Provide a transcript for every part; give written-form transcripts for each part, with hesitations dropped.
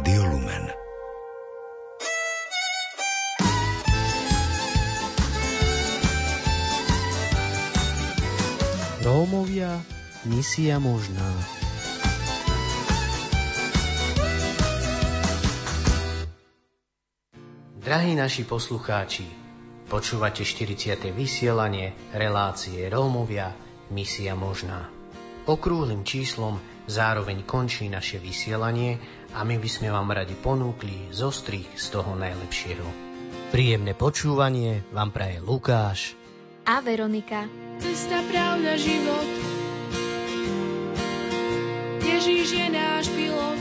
Rádio Lumen. Rómovia, misia možná. Drahí naši poslucháči, počúvate 40. vysielanie relácie Rómovia, misia možná. Okrúhlym číslom zároveň končí naše vysielanie a my by sme vám radi ponúkli zostrih z toho najlepšieho. Príjemné počúvanie vám praje Lukáš a Veronika. Cesta, pravda, život. Ježíš je náš pilot.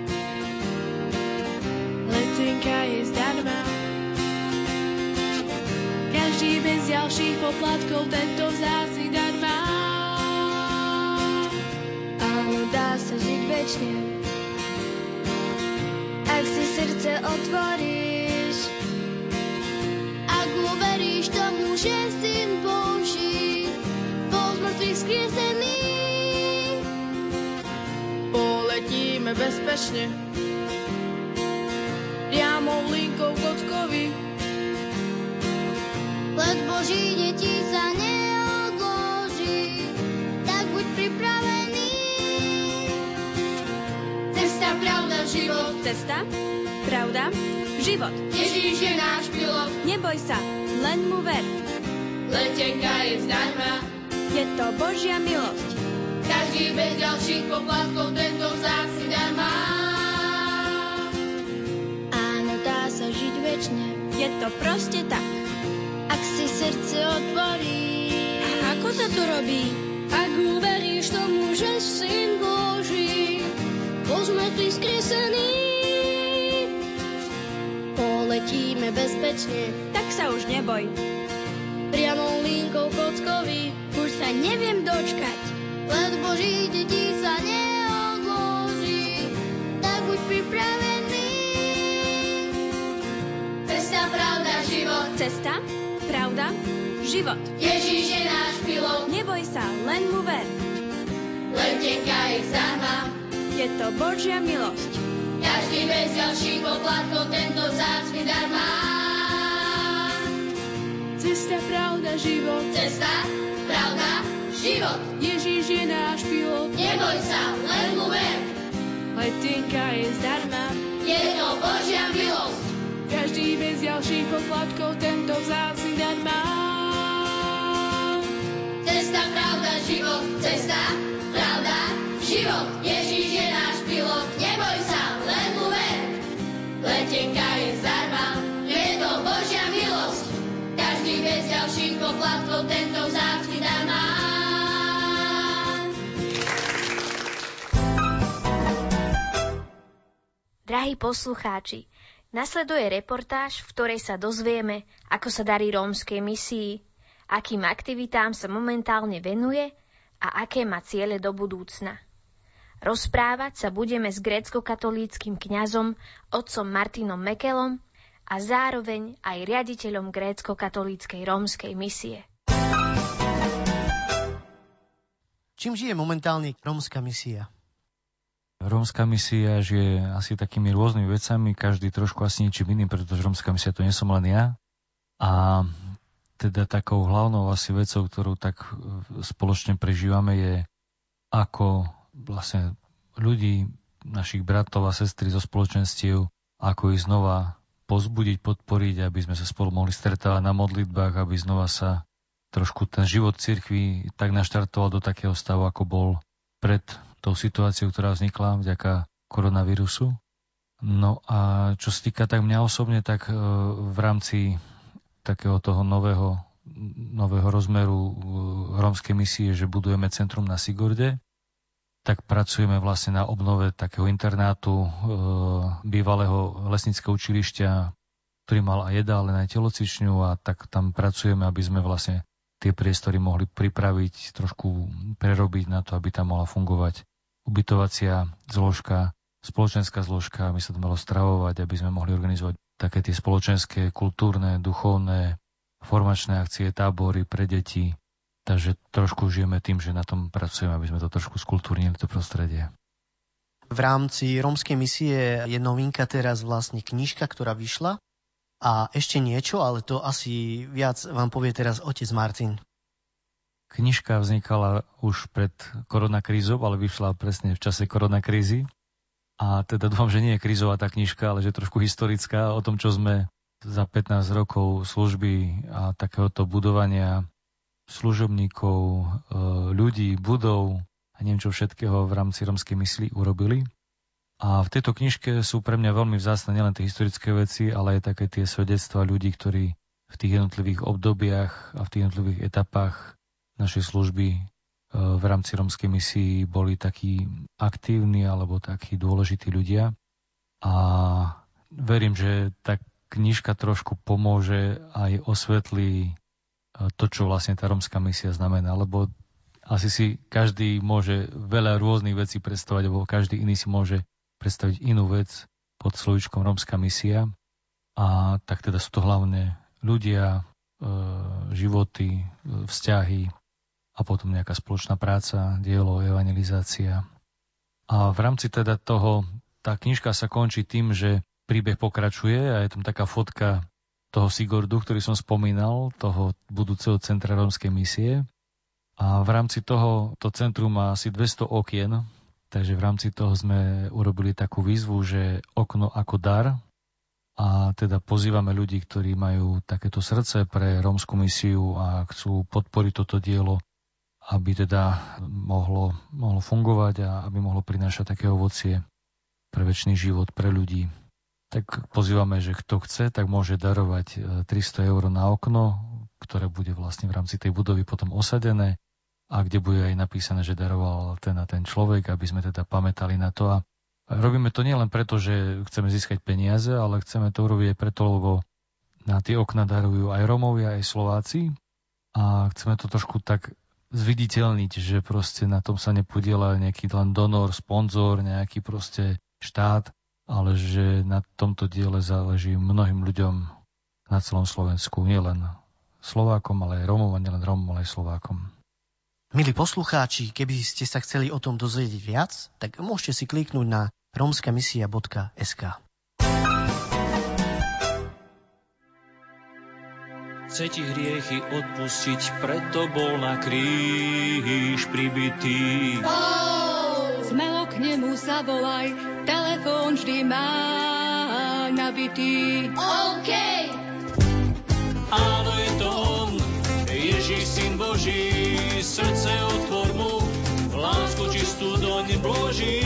Letenka je zdarma. Každý bez ďalších poplatkov tento vzácny dar má. Áno, dá sa žiť večne, ak si srdce otvoríš, ak uveríš tomu, že Syn Boží bol z mŕtvych skriesený. Poletíme bezpečne priamou linkou kockovi, Let Boží deti sa neodloží, tak buď pripravený. Cesta, pravda, život. Cesta, pravda, život. Ježíš je náš pilot. Neboj sa, len mu ver. Letenka je zdarma. Je to Božia milosť. Každý bez ďalších poplatkov tento vzácny dar má. Áno, dá sa žiť večne. Je to proste tak. Ak si srdce otvorí. A ako sa to robí? Ak uveríš tomu, že Syn Boží bol z mŕtvych skriesený. Poletíme bezpečne, Tak sa už neboj. priamou linkou kockovi. Už sa neviem dočkať, let Boží deti sa neodloží, tak buď pripravený. Cesta, pravda, život. Cesta, pravda, život. Ježíš je náš pilot. Neboj sa, len mu ver. Letenka je zdarma. Je to Božia milosť. Každý bez ďalších poplatkov tento vzácny dar má. Cesta, pravda, život. Cesta, pravda, život. Ježíš je náš pilot. Neboj sa, len mu ver. Letenka je zdarma. Je to Božia milosť. Každý bez ďalších poplatkov tento vzácny dar má. Cesta, pravda, život. Cesta, pravda, život. Ježíš je náš pilot. Neboj sa, len mu ver. Letenka je zdarma. Je to Božia milosť. Každý bez ďalších poplatkov tento vzácny dar má. Drahí poslucháči, nasleduje reportáž, v ktorej sa dozvieme, ako sa darí rómskej misii, akým aktivitám sa momentálne venuje a aké má ciele do budúcna. Rozprávať sa budeme s grécko-katolíckym kňazom otcom Martinom Mekelom a zároveň aj riaditeľom grécko-katolíckej rómskej misie. Čím žije momentálne rómska misia? Rómska misia žije asi takými rôznymi vecami, každý trošku asi niečím iným, pretože rómska misia to nie som len ja. A teda takou hlavnou asi vecou, ktorú tak spoločne prežívame, je ako vlastne ľudí, našich bratov a sestry zo spoločenstiev, ako ich znova pozbudiť, podporiť, aby sme sa spolu mohli stretávať na modlitbách, aby znova sa trošku ten život cirkvi tak naštartoval do takého stavu, ako bol pred tou situáciou, ktorá vznikla vďaka koronavírusu. No a čo sa týka tak mňa osobne, tak v rámci takého toho nového rozmeru rómskej misie, že budujeme centrum na Sigorde, tak pracujeme vlastne na obnove takého internátu bývalého lesníckeho učilišťa, ktorý mal aj jedál, aj telocvičňu, a tak tam pracujeme, aby sme vlastne tie priestory mohli pripraviť, trošku prerobiť na to, aby tam mohla fungovať ubytovacia zložka, spoločenská zložka, aby sa to malo stravovať, aby sme mohli organizovať také tie spoločenské, kultúrne, duchovné, formačné akcie, tábory pre deti. Takže trošku žijeme tým, že na tom pracujeme, aby sme to trošku skultúrnili, to prostredie. V rámci rómskej misie je novinka teraz vlastne knižka, ktorá vyšla. A ešte niečo, ale to asi viac vám povie teraz otec Martin. Knižka vznikala už pred koronakrízou, ale vyšla presne v čase koronakrízy. A teda dúfam, že nie je krízová tá knižka, ale že je trošku historická o tom, čo sme za 15 rokov služby a takéhoto budovania služobníkov, ľudí, budov a neviem čo všetkého v rámci rómskej misie urobili. A v tejto knižke sú pre mňa veľmi vzácne nielen tie historické veci, ale aj také tie svedectvá ľudí, ktorí v tých jednotlivých obdobiach a v tých jednotlivých etapách našej služby v rámci rómskej misii boli takí aktívni alebo takí dôležití ľudia. A verím, že tá knižka trošku pomôže aj osvetlí to, čo vlastne tá rómska misia znamená, lebo asi si každý môže veľa rôznych vecí predstavať, alebo každý iný si môže predstaviť inú vec pod slovíčkom rómska misia. A tak teda sú to hlavne ľudia, životy, vzťahy a potom nejaká spoločná práca, dielo, evangelizácia. A v rámci teda toho, tá knižka sa končí tým, že príbeh pokračuje a je tam taká fotka toho Sigordu, ktorý som spomínal, toho budúceho centra rómskej misie. A v rámci toho, to centrum má asi 200 okien, takže v rámci toho sme urobili takú výzvu, že okno ako dar. A teda pozývame ľudí, ktorí majú takéto srdce pre rómsku misiu a chcú podporiť toto dielo, aby teda mohlo fungovať a aby mohlo prinášať také ovocie pre večný život, pre ľudí. Tak pozývame, že kto chce, tak môže darovať 300 eur na okno, ktoré bude vlastne v rámci tej budovy potom osadené a kde bude aj napísané, že daroval ten a ten človek, aby sme teda pamätali na to. A robíme to nielen preto, že chceme získať peniaze, ale chceme to urobiť aj preto, lebo na tie okna darujú aj Rómovia, aj Slováci a chceme to trošku tak zviditeľniť, že proste na tom sa nepodiela nejaký len donor, sponzor, nejaký proste štát, ale že na tomto diele záleží mnohým ľuďom na celom Slovensku, nielen Slovákom, ale aj Rómom, a nielen Rómom, ale aj Slovákom. Milí poslucháči, keby ste sa chceli o tom dozvedieť viac, tak môžete si kliknúť na romskamisia.sk. Chce ti hriechy odpustiť, preto bol na kríž pribitý. Smelo k nemu zavolaj, telefón vždy má nabitý. OK. Áno, je to on, Ježiš, Syn Boží, srdce otvor mu, lásku čistú doň vloží.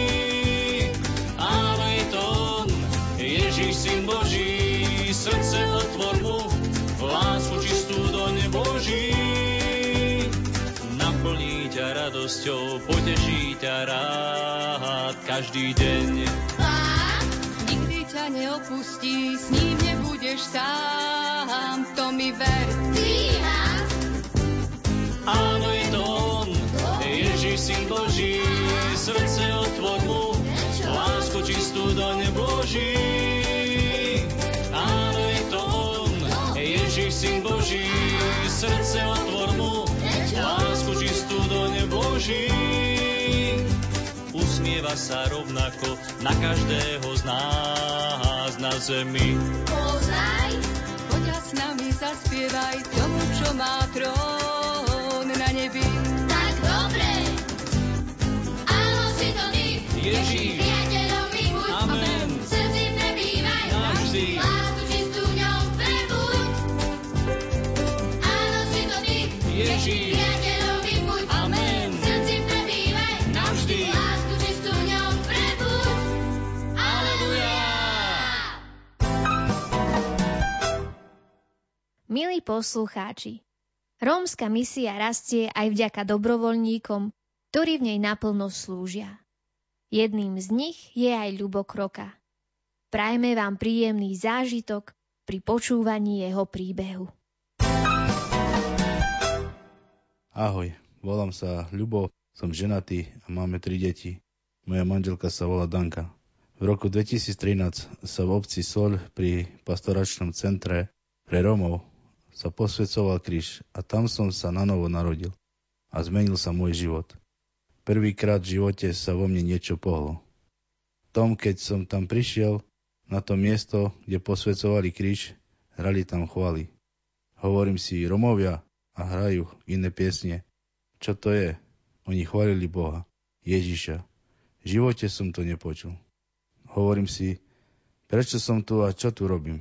Áno, je to on, Ježiš, Syn Boží, srdce otvor mu, lásku čistú doň vloží. Naplní ťa radosťou, poteší ťa rád každý deň. Nikdy ťa neopustí, s ním nebudeš sám, to mi ver. Áno, je to on, Ježiš, Syn Boží, srdce otvor mu, lásku čistú doň vloží. Áno, je to on, Ježiš, Syn Boží, srdce otvor mu, lásku čistú doň vloží. Usmieva sa rovnako na každého z nás na zemi. Poznaj, poď a s nami zaspievaj tomu, čo má trón na nebi. Tak dobre, áno, si to ty, Ježíš, priateľom mi buď. Amen. V srdci prebývaj, Navždy. lásku čistú v ňom prebuď. Áno, si to ty, Ježíš, priateľom mi buď. Amen. V srdci prebývaj, Navždy. lásku čistú v ňom prebuď. Aleluja! Milí poslucháči, rómska misia rastie aj vďaka dobrovoľníkom, ktorí v nej naplno slúžia. Jedným z nich je aj Ľubo Kroka. Prajme vám príjemný zážitok pri počúvaní jeho príbehu. Ahoj, volám sa Ľubo, som ženatý a máme 3 deti. Moja manželka sa volá Danka. V roku 2013 sa v obci Soľ pri pastoračnom centre pre Rómov sa posväcoval kríž a tam som sa nanovo narodil a zmenil sa môj život. Prvýkrát v živote sa vo mne niečo pohlo. tom, keď som tam prišiel, na to miesto, kde posväcovali kríž, hrali tam chvály. Hovorím si, Romovia, a hrajú iné piesne. Čo to je? Oni chválili Boha, Ježiša. V živote som to nepočul. Hovorím si, prečo som tu a čo tu robím?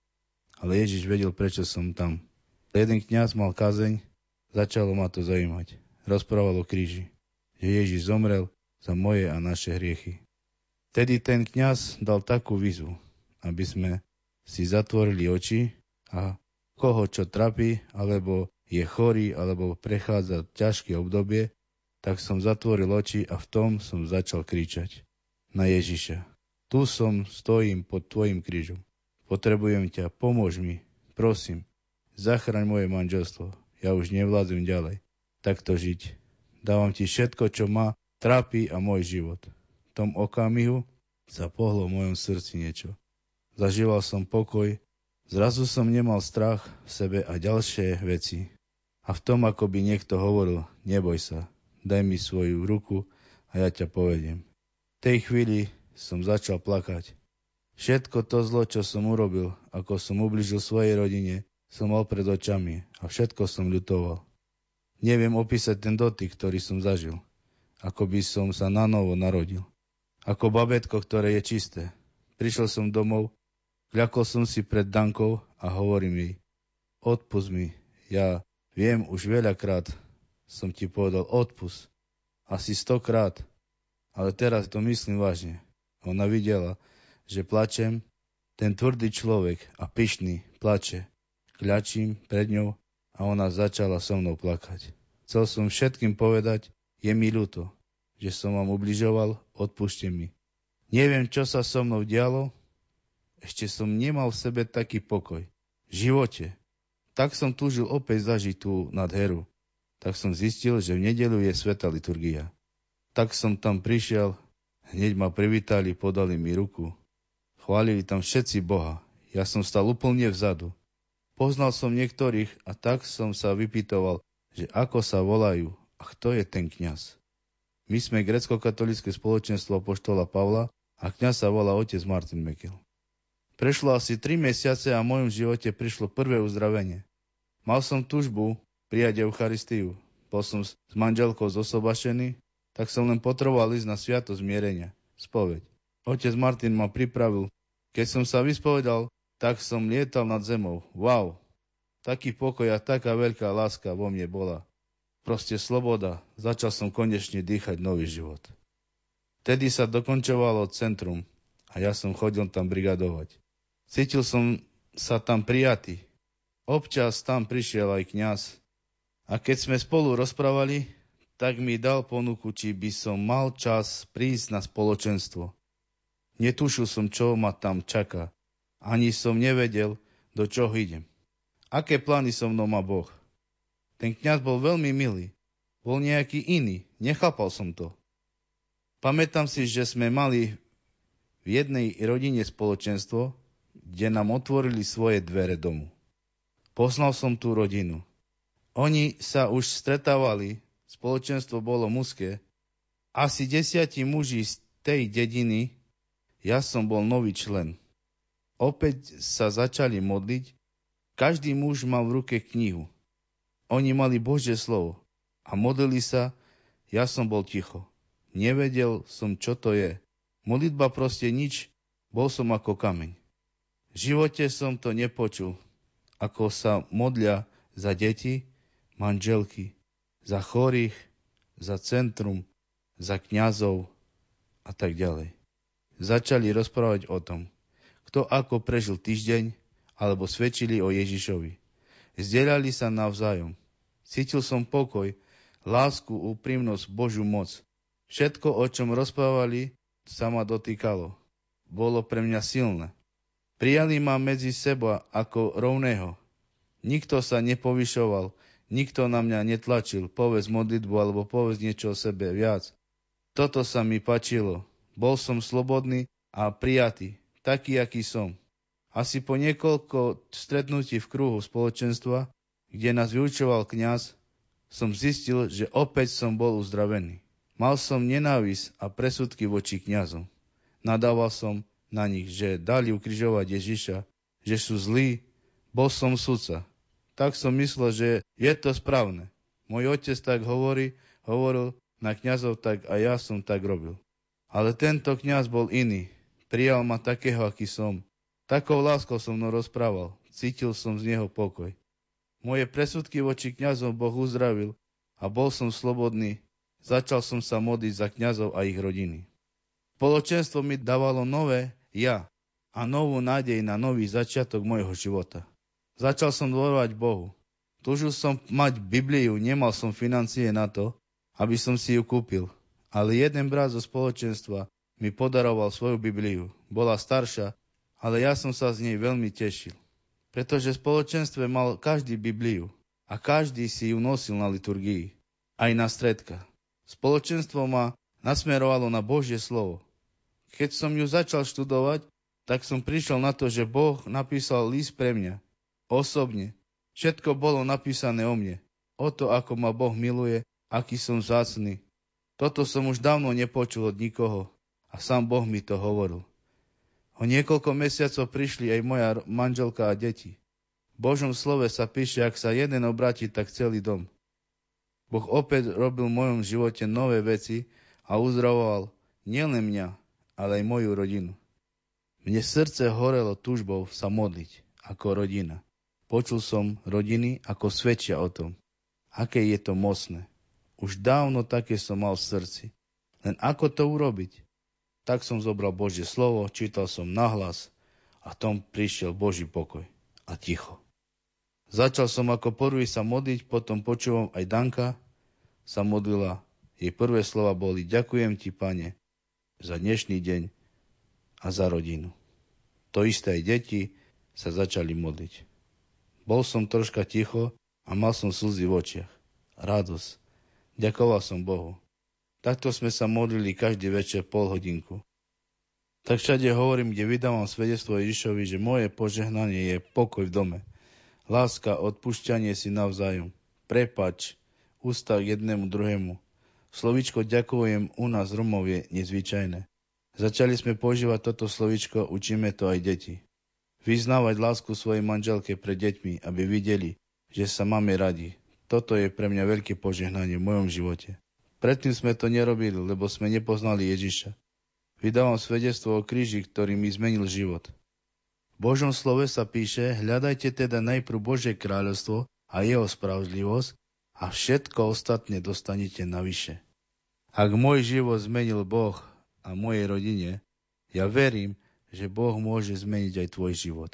Ale Ježiš vedel, prečo som tam. Jeden kňaz mal kazeň, začalo ma to zaujímať. Rozprával o kríži, že Ježiš zomrel za moje a naše hriechy. Tedy ten kňaz dal takú výzvu, aby sme si zatvorili oči a koho čo trápi, alebo je chorý, alebo prechádza ťažké obdobie, tak som zatvoril oči a v tom som začal kričať na Ježiša. Tu stojím pod tvojim krížom. Potrebujem ťa, pomôž mi, prosím, zachraň moje manželstvo. Ja už nevládzem ďalej takto žiť. Dávam ti všetko, čo ma trápi a môj život. V tom okamihu sa pohlo v mojom srdci niečo. Zažíval som pokoj, zrazu som nemal strach v sebe a ďalšie veci. A v tom, ako by niekto hovoril, neboj sa, daj mi svoju ruku a ja ťa povediem. V tej chvíli som začal plakať. Všetko to zlo, čo som urobil, ako som ublížil svojej rodine, som mal pred očami a všetko som ľutoval. Neviem opísať ten dotyk, ktorý som zažil. Ako by som sa nanovo narodil. Ako babetko, ktoré je čisté. Prišiel som domov, kľakol som si pred Dankou a hovorím jej, odpusť mi, ja viem, už veľakrát som ti povedal odpusť, asi 100-krát, ale teraz to myslím vážne. Ona videla, že plačem, ten tvrdý človek a pyšný plače. Kľačím pred ňou a ona začala so mnou plakať. Chcel som všetkým povedať, je mi ľúto, že som vám ubližoval, odpúšte mi. Neviem, čo sa so mnou dialo, ešte som nemal v sebe taký pokoj. V živote. Tak som túžil opäť zažiť tú nádheru. Tak som zistil, že v nedeľu je svätá liturgia. Tak som tam prišiel, hneď ma privítali, podali mi ruku. Chválili tam všetci Boha. Ja som stal úplne vzadu. Poznal som niektorých a tak som sa vypytoval, že ako sa volajú a kto je ten kňaz. My sme grécko-katolícke spoločenstvo apoštola Pavla a kňaz sa volá otec Martin Mekel. Prešlo asi 3 mesiace a v mojom živote prišlo prvé uzdravenie. Mal som túžbu prijať Eucharistiu. Bol som s manželkou zosobašený, tak som len potreboval ísť na sviatosť zmierenia, spoveď. Otec Martin ma pripravil. Keď som sa vyspovedal, tak som lietal nad zemou. Wow, taký pokoj a taká veľká láska vo mne bola. Proste sloboda. Začal som konečne dýchať nový život. Vtedy sa dokončovalo centrum a ja som chodil tam brigadovať. Cítil som sa tam prijatý. Občas tam prišiel aj kňaz a keď sme spolu rozprávali, tak mi dal ponuku, či by som mal čas prísť na spoločenstvo. Netušil som, čo ma tam čaká. Ani som nevedel, do čoho idem. Aké plány so mnou má Boh? Ten kňaz bol veľmi milý. Bol nejaký iný. Nechápal som to. Pamätám si, že sme mali v jednej rodine spoločenstvo, kde nám otvorili svoje dvere domu. Poznal som tú rodinu. Oni sa už stretávali, spoločenstvo bolo mužské. Asi 10 muží z tej dediny, ja som bol nový člen. Opäť sa začali modliť. Každý muž mal v ruke knihu. Oni mali Božie slovo a modlili sa, ja som bol ticho. Nevedel som, čo to je. Modlitba proste nič, bol som ako kameň. V živote som to nepočul, ako sa modlia za deti, manželky, za chorých, za centrum, za kňazov a tak ďalej. Začali rozprávať o tom, kto ako prežil týždeň, alebo svedčili o Ježišovi. Zdieľali sa navzájom. Cítil som pokoj, lásku, úprimnosť, Božiu moc. Všetko, o čom rozprávali, sa ma dotýkalo. Bolo pre mňa silné. Prijali ma medzi seba ako rovného. Nikto sa nepovyšoval, nikto na mňa netlačil, povedz modlitbu alebo povedz niečo o sebe viac. Toto sa mi páčilo. Bol som slobodný a prijatý. Taký, aký som. Asi po niekoľko stretnutí v kruhu spoločenstva, kde nás vyučoval kňaz, som zistil, že opäť som bol uzdravený. Mal som nenávisť a presudky voči kňazom. Nadával som na nich, že dali ukrižovať Ježiša, že sú zlí. Bol som sudca. Tak som myslel, že je to správne. Môj otec tak hovoril na kňazov, tak a ja som tak robil. Ale tento kňaz bol iný. Prijal ma takého, aký som. Takou láskou som mnou rozprával. Cítil som z neho pokoj. Moje presudky voči kňazom Boh uzdravil a bol som slobodný. Začal som sa modliť za kňazov a ich rodiny. Spoločenstvo mi dávalo nové ja a novú nádej na nový začiatok môjho života. Začal som dôverovať Bohu. Túžil som mať Bibliu, nemal som financie na to, aby som si ju kúpil. Ale jeden brat zo spoločenstva mi podaroval svoju Bibliu. Bola staršia, ale ja som sa z nej veľmi tešil. Pretože v spoločenstve mal každý Bibliu a každý si ju nosil na liturgii, aj na stredka. Spoločenstvo ma nasmerovalo na Božie slovo. Keď som ju začal študovať, tak som prišiel na to, že Boh napísal list pre mňa. Osobne. Všetko bolo napísané o mne. O to, ako ma Boh miluje, aký som vzácny. Toto som už dávno nepočul od nikoho a sám Boh mi to hovoril. O niekoľko mesiacov prišli aj moja manželka a deti. V Božom slove sa píše, ak sa jeden obráti, tak celý dom. Boh opäť robil v mojom živote nové veci a uzdravoval nielen mňa, ale aj moju rodinu. Mne srdce horelo túžbou sa modliť ako rodina. Počul som rodiny, ako svedčia o tom, aké je to mocné. Už dávno také som mal v srdci. Len ako to urobiť? Tak som zobral Božie slovo, čítal som nahlas a v tom prišiel Boží pokoj a ticho. Začal som ako prvý sa modliť, potom počúvam aj Danka sa modlila. Jej prvé slova boli: ďakujem ti, Pane, za dnešný deň a za rodinu. To isté aj deti sa začali modliť. Bol som troška ticho a mal som slzy v očiach. Radosť. Ďakoval som Bohu. Takto sme sa modlili každý večer pol hodinku. Tak všade hovorím, kde vydávam svedectvo Ježišovi, že moje požehnanie je pokoj v dome. Láska, odpúšťanie si navzájom. Prepáč, ústav jednému druhému. Slovíčko ďakujem u nás Romov je nezvyčajné. Začali sme používať toto slovíčko, učíme to aj deti. Vyznávať lásku svojej manželke pred deťmi, aby videli, že sa máme radi. Toto je pre mňa veľké požehnanie v mojom živote. Predtým sme to nerobili, lebo sme nepoznali Ježiša. Vydávam svedectvo o kríži, ktorý mi zmenil život. V Božom slove sa píše: hľadajte teda najprv Božie kráľovstvo a jeho spravodlivosť a všetko ostatné dostanete navyše. Ak môj život zmenil Boh a mojej rodine, ja verím, že Boh môže zmeniť aj tvoj život.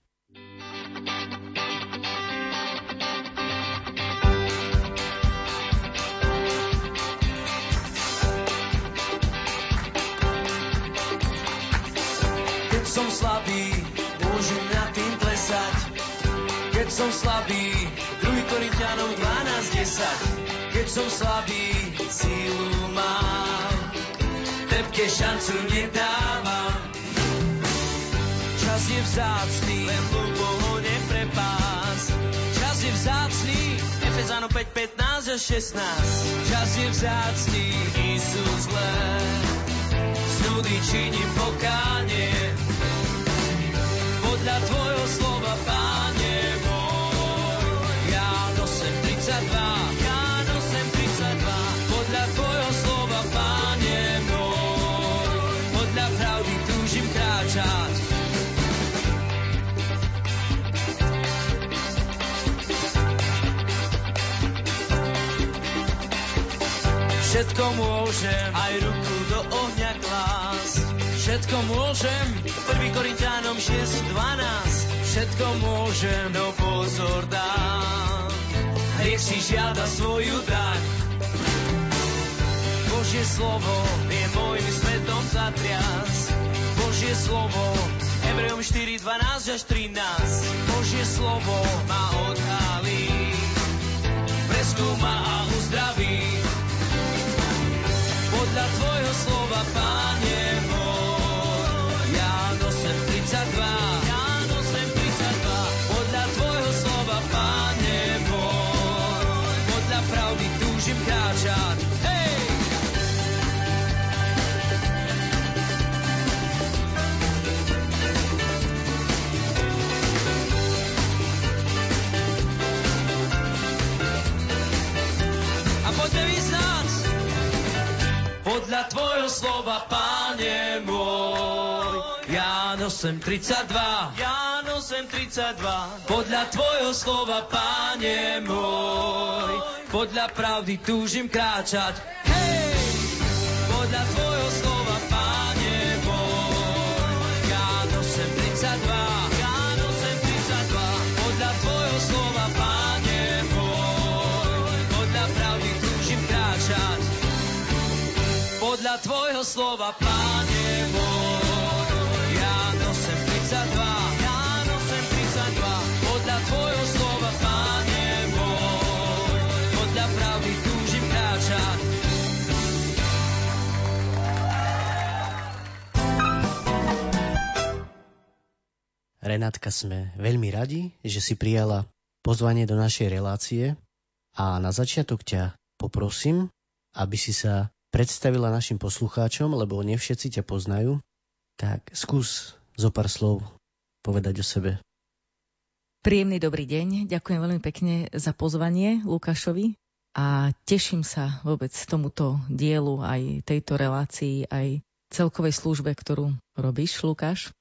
Keď som slabý, môžem nad tým plesať. Keď som slabý, 2 Korinťanom 12:10. Keď som slabý, sílu mám, trpke šancu nedávam. Čas je vzácný, len hlúpo ho neprepás. Čas je vzácný, Efezánom 5:15-16. Čas je vzácný, Isus len súdy činí pokánie. Podľa tvojho slova, Páne môj, Ján 8:32. Podľa tvojho slova, Páne môj, podľa pravdy túžim kráčať. Všetko môžem, aj ruku do ohňa klásť. Všetko môžem, 1 Korinťanom 6:12. Všetko môžem, no pozor dám, hriech si žiada svoju daň. Božie slovo je môjim svetom zatrias. Božie slovo, Hebrejom 4:12-13. Božie slovo ma odhalí, preskúma a uzdraví. Podľa tvojho slova, Páne môj, Ján 8:32. Podľa tvojho slova, Páne môj, podľa pravdy túžim kráčať. Hej! podľa tvojho slova, Páne môj. Ján 8:32, Ján 8:32, podľa tvojho slova, Páne môj, podľa pravdy túžim kráčať, hej, podľa tvojho slova, Páne môj. Ján 8:32, Ján 8:32, podľa tvojho slova, Páne môj, podľa pravdy túžim kráčať, podľa tvojho slova, Páne môj. Ján 8:32, Ján 8:32, podľa tvojho slova, Páne môj, podľa pravdy túžim kráčať. Renátka, sme veľmi radi, že si prijala pozvanie do našej relácie a na začiatok ťa poprosím, aby si sa predstavila našim poslucháčom, lebo nevšetci ťa poznajú, tak skús zo pár slov povedať o sebe. Príjemný dobrý deň, ďakujem veľmi pekne za pozvanie Lukášovi a teším sa vôbec tomuto dielu, aj tejto relácii, aj celkovej službe, ktorú robíš, Lukáš.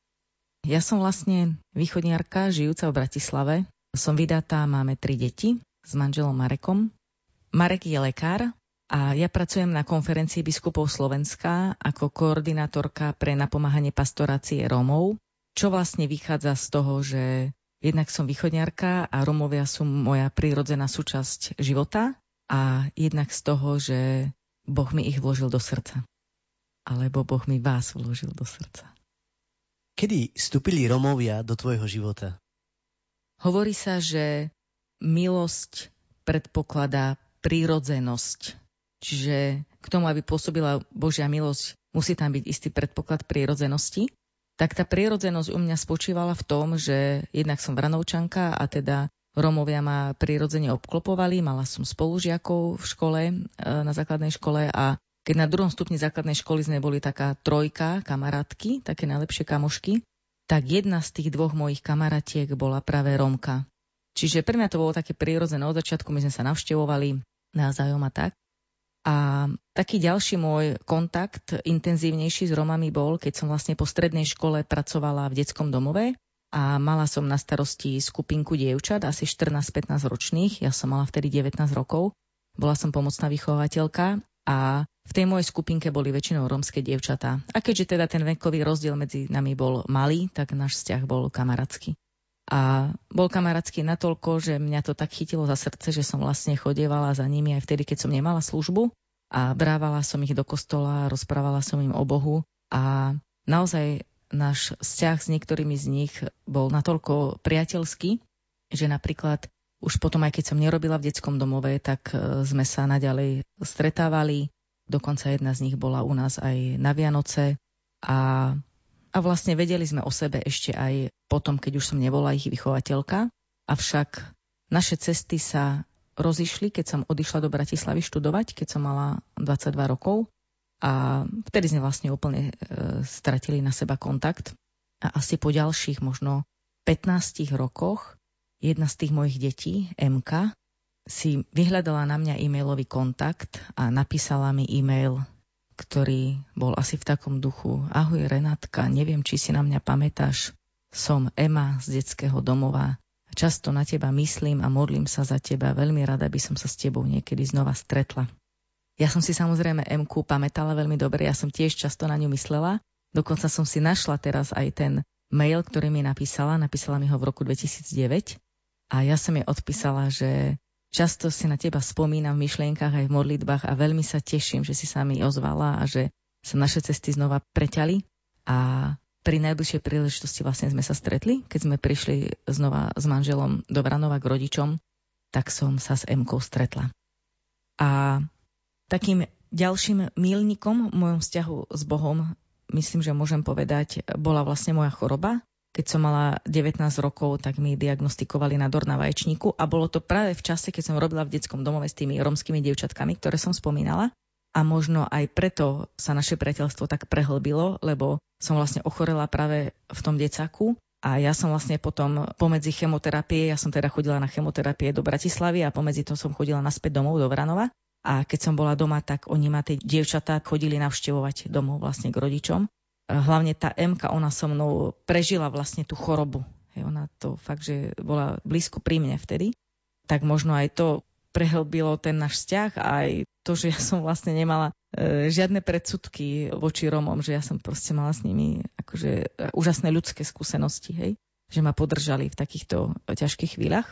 Ja som vlastne východniarka, žijúca v Bratislave. Som vydatá, máme 3 deti s manželom Marekom. Marek je lekár a ja pracujem na konferencii biskupov Slovenska ako koordinátorka pre napomáhanie pastorácie Rómov, čo vlastne vychádza z toho, že jednak som východniarka a Rómovia sú moja prírodzená súčasť života a jednak z toho, že Boh mi ich vložil do srdca. Alebo Boh mi vás vložil do srdca. Kedy vstúpili Rómovia do tvojho života? Hovorí sa, že milosť predpokladá prírodzenosť. Čiže k tomu, aby pôsobila Božia milosť, musí tam byť istý predpoklad prírodzenosti. Tak tá prírodzenosť u mňa spočívala v tom, že jednak som Vranovčanka a teda Rómovia ma prirodzene obklopovali. Mala som spolužiakov v škole, na základnej škole a keď na 2. stupni základnej školy sme boli taká trojka kamarátky, také najlepšie kamošky, tak jedna z tých 2 mojich kamaratiek bola práve Rómka. Čiže pre mňa to bolo také prirodzené od začiatku, my sme sa navštevovali navzájom a tak. A taký ďalší môj kontakt, intenzívnejší s Rómami bol, keď som vlastne po strednej škole pracovala v detskom domove a mala som na starosti skupinku dievčat, asi 14-15 ročných, ja som mala vtedy 19 rokov, bola som pomocná vychovateľka a v tej mojej skupinke boli väčšinou rómske dievčatá. A keďže teda ten vekový rozdiel medzi nami bol malý, tak náš vzťah bol kamarátsky. A bol kamarátsky natoľko, že mňa to tak chytilo za srdce, že som vlastne chodievala za nimi aj vtedy, keď som nemala službu a brávala som ich do kostola, rozprávala som im o Bohu a naozaj náš vzťah s niektorými z nich bol natoľko priateľský, že napríklad už potom, aj keď som nerobila v detskom domove, tak sme sa naďalej stretávali. Dokonca jedna z nich bola u nás aj na Vianoce a vlastne vedeli sme o sebe ešte aj potom, keď už som nebola ich vychovateľka. Avšak naše cesty sa rozišli, keď som odišla do Bratislavy študovať, keď som mala 22 rokov. A vtedy sme vlastne úplne stratili na seba kontakt. A asi po ďalších možno 15 rokoch jedna z tých mojich detí, Emka, si vyhľadala na mňa e-mailový kontakt a napísala mi e-mail, ktorý bol asi v takom duchu: Ahoj Renátka, neviem, či si na mňa pamätáš, som Ema z detského domova. Často na teba myslím a modlím sa za teba, veľmi rada by som sa s tebou niekedy znova stretla. Ja som si samozrejme Emku pamätala veľmi dobre, ja som tiež často na ňu myslela, dokonca som si našla teraz aj ten mail, ktorý mi napísala mi ho v roku 2009 a ja som jej odpísala, že často si na teba spomínam v myšlienkach aj v modlitbách a veľmi sa teším, že si sa mi ozvala a že sa naše cesty znova preťali. A pri najbližšej príležitosti vlastne sme sa stretli, keď sme prišli znova s manželom do Vranova k rodičom, tak som sa s Emkou stretla. A takým ďalším míľnikom v mojom vzťahu s Bohom, myslím, že môžem povedať, bola vlastne moja choroba. Keď som mala 19 rokov, tak mi diagnostikovali nádor na vaječníku a bolo to práve v čase, keď som robila v detskom domove s tými rómskymi dievčatkami, ktoré som spomínala. A možno aj preto sa naše priateľstvo tak prehlbilo, lebo som vlastne ochorela práve v tom decáku a ja som vlastne potom pomedzi chemoterapie, ja som teda chodila na chemoterapie do Bratislavy a pomedzi to som chodila naspäť domov do Vranova A keď som bola doma, tak oni ma, tie dievčatá, chodili navštevovať domov vlastne k rodičom. Hlavne tá Emka, ona so mnou prežila vlastne tú chorobu. Ona to fakt, že bola blízko pri mne vtedy. Tak možno aj to prehlbilo ten náš vzťah a aj to, že ja som vlastne nemala žiadne predsudky voči Rómom, že ja som proste mala s nimi akože úžasné ľudské skúsenosti, hej? Že ma podržali v takýchto ťažkých chvíľach.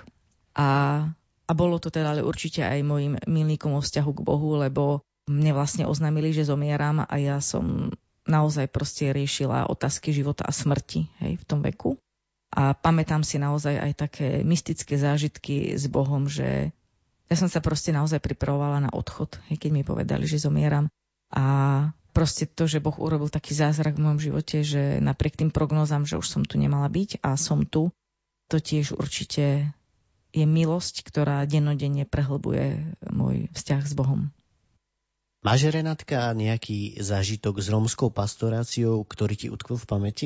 A bolo to teda ale určite aj môjim milníkom o vzťahu k Bohu, lebo mne vlastne oznámili, že zomieram a ja som naozaj proste riešila otázky života a smrti, hej, v tom veku. A pamätám si naozaj aj také mystické zážitky s Bohom, že ja som sa proste naozaj pripravovala na odchod, hej, keď mi povedali, že zomieram. A proste to, že Boh urobil taký zázrak v mojom živote, že napriek tým prognózam, že už som tu nemala byť a som tu, to tiež určite je milosť, ktorá dennodenne prehlbuje môj vzťah s Bohom. Máš, Renátka, nejaký zážitok s rómskou pastoráciou, ktorý ti utkvel v pamäti?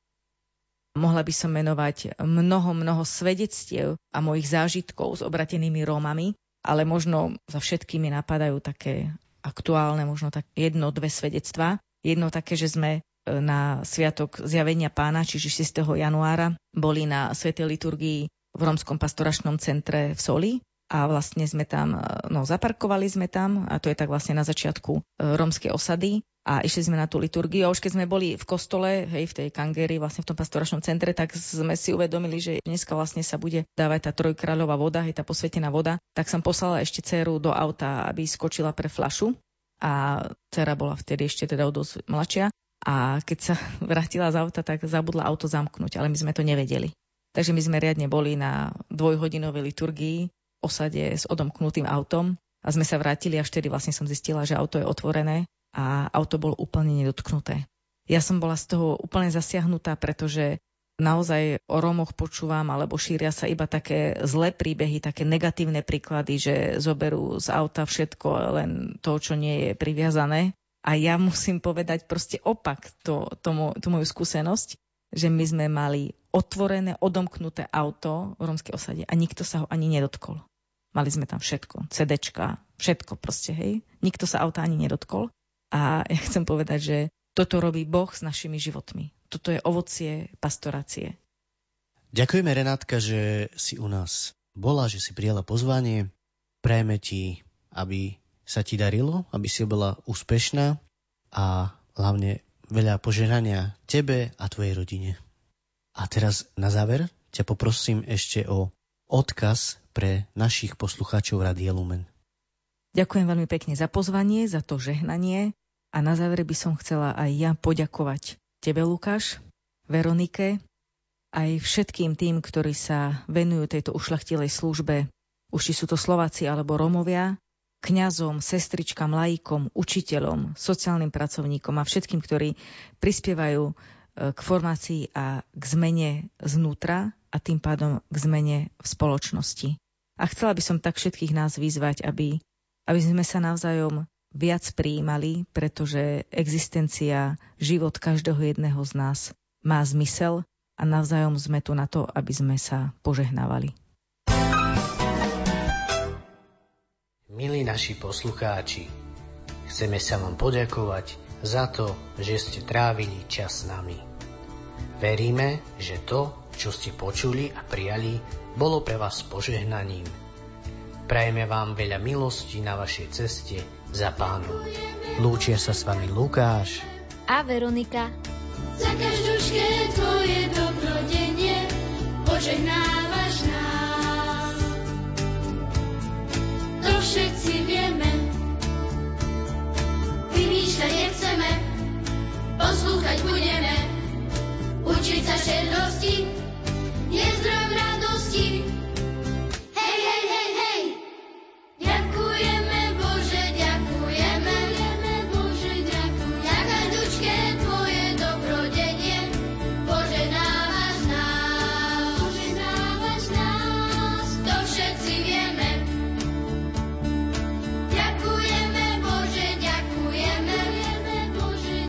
Mohla by som menovať mnoho svedectiev a mojich zážitkov s obratenými Rómami, ale možno za všetkými napadajú také aktuálne, možno tak 1-2 svedectvá. Jedno také, že sme na Sviatok Zjavenia Pána, čiže 6. januára, boli na svätej liturgii v rómskom pastoračnom centre v Soli a vlastne sme tam, zaparkovali sme tam a to je tak vlastne na začiatku rómskej osady a išli sme na tú liturgiu a už keď sme boli v kostole, hej, v tej kangéri, vlastne v tom pastoračnom centre, tak sme si uvedomili, že dneska vlastne sa bude dávať tá trojkráľová voda, hej, tá posvätená voda, tak som poslala ešte dceru do auta, aby skočila pre fľašu a dcera bola vtedy ešte teda dosť mladšia a keď sa vrátila z auta, tak zabudla auto zamknúť, ale my sme to nevedeli. Takže my sme riadne boli na 2-hodinovej liturgii v osade s odomknutým autom a sme sa vrátili až vtedy vlastne som zistila, že auto je otvorené a auto bolo úplne nedotknuté. Ja som bola z toho úplne zasiahnutá, pretože naozaj o Rómoch počúvam, alebo šíria sa iba také zlé príbehy, také negatívne príklady, že zoberú z auta všetko, len to, čo nie je priviazané. A ja musím povedať proste opak tú moju skúsenosť, že my sme mali otvorené, odomknuté auto v rómskej osade a nikto sa ho ani nedotkol. Mali sme tam všetko, CDčka, všetko proste, hej. Nikto sa auta ani nedotkol. A ja chcem povedať, že toto robí Boh s našimi životmi. Toto je ovocie pastorácie. Ďakujeme, Renátka, že si u nás bola, že si prijala pozvanie. Prajeme ti, aby sa ti darilo, aby si bola úspešná a hlavne veľa požehnania tebe a tvojej rodine. A teraz na záver ťa poprosím ešte o odkaz pre našich poslucháčov Rádia Lumen. Ďakujem veľmi pekne za pozvanie, za to žehnanie a na záver by som chcela aj ja poďakovať tebe, Lukáš, Veronike, aj všetkým tým, ktorí sa venujú tejto ušľachtilej službe, už či sú to Slováci alebo Rómovia, kňazom, sestričkám, laikom, učiteľom, sociálnym pracovníkom a všetkým, ktorí prispievajú k formácii a k zmene znútra a tým pádom k zmene v spoločnosti. A chcela by som tak všetkých nás vyzvať, aby sme sa navzájom viac prijímali, pretože existencia, život každého jedného z nás má zmysel a navzájom sme tu na to, aby sme sa požehnávali. Milí naši poslucháči, chceme sa vám poďakovať za to, že ste trávili čas s nami. Veríme, že to, čo ste počuli a prijali, bolo pre vás požehnaním. Prajeme vám veľa milostí na vašej ceste za Pánom. Lúčia sa s vami Lukáš a Veronika. Za každúške tvoje dobrodenie požehnávaš nám. To všetci vieme, vymýšľať nechceme, poslúchať budeme, učiť sa šedrosti